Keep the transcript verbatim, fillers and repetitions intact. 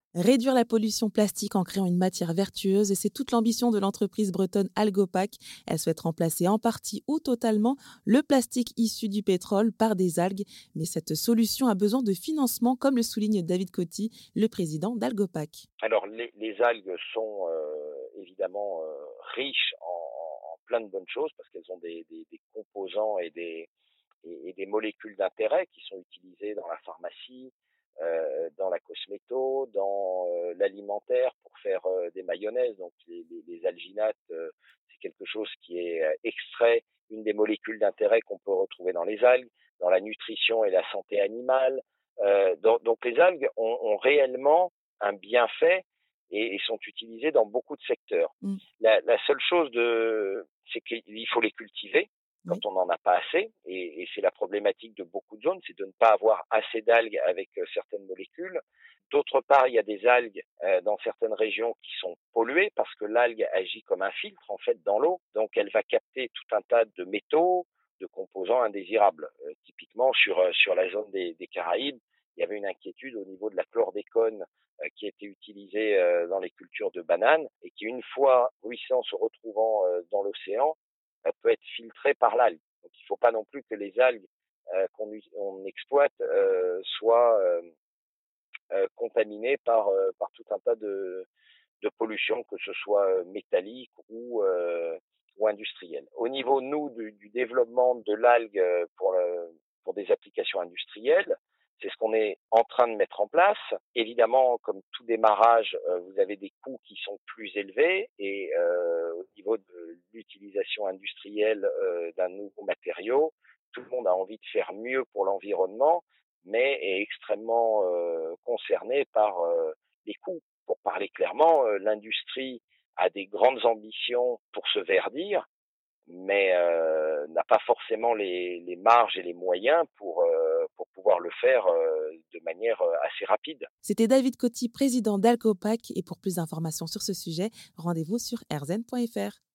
Réduire la pollution plastique en créant une matière vertueuse, et c'est toute l'ambition de l'entreprise bretonne Algopac. Elle souhaite remplacer en partie ou totalement le plastique issu du pétrole par des algues. Mais cette solution a besoin de financement, comme le souligne David Coty, le président d'Algopac. Alors les, les algues sont euh, évidemment euh, riches en, en- en plein de bonnes choses parce qu'elles ont des, des- des composants et des, et, et des molécules d'intérêt qui sont utilisées dans la pharmacie, euh, dans la cosméto, dans euh, l'alimentaire pour faire euh, des mayonnaises. Donc les, les- les alginates, euh, c'est quelque chose qui est euh, extrait, une des molécules d'intérêt qu'on peut retrouver dans les algues, dans la nutrition et la santé animale. Euh, donc, donc les algues ont, ont réellement un bienfait et, et sont utilisées dans beaucoup de secteurs. Mm. La, la seule chose de, c'est qu'il faut les cultiver Oui. quand on n'en a pas assez, et, et c'est la problématique de beaucoup de zones, c'est de ne pas avoir assez d'algues avec euh, certaines molécules. D'autre part, il y a des algues euh, dans certaines régions qui sont polluées parce que l'algue agit comme un filtre en fait dans l'eau, donc elle va capter tout un tas de métaux, de composants indésirables. Euh, typiquement sur euh, sur la zone des, des Caraïbes, il y avait une inquiétude au niveau de la chlordécone euh, qui était utilisée euh, dans les cultures de bananes et qui, une fois ruissant se retrouvant euh, dans l'océan, euh, peut être filtrée par l'algue. Donc il ne faut pas non plus que les algues euh, qu'on on exploite euh, soient euh, euh, contaminées par, euh, par tout un tas de, de pollutions, que ce soit euh, métallique ou, euh, ou industrielle. Au niveau, nous, du, du développement de l'algue pour, le, pour des applications industrielles, c'est ce qu'on est en train de mettre en place. Évidemment, comme tout démarrage, euh, vous avez des coûts qui sont plus élevés et euh, au niveau de l'utilisation industrielle euh, d'un nouveau matériau, tout le monde a envie de faire mieux pour l'environnement, mais est extrêmement euh, concerné par euh, les coûts. Pour parler clairement, euh, l'industrie a des grandes ambitions pour se verdir, mais euh, n'a pas forcément les, les marges et les moyens pour, euh, pour pouvoir le faire euh, de manière euh, assez rapide. C'était David Coty, président d'Algopac. Et pour plus d'informations sur ce sujet, rendez-vous sur r z n point f r.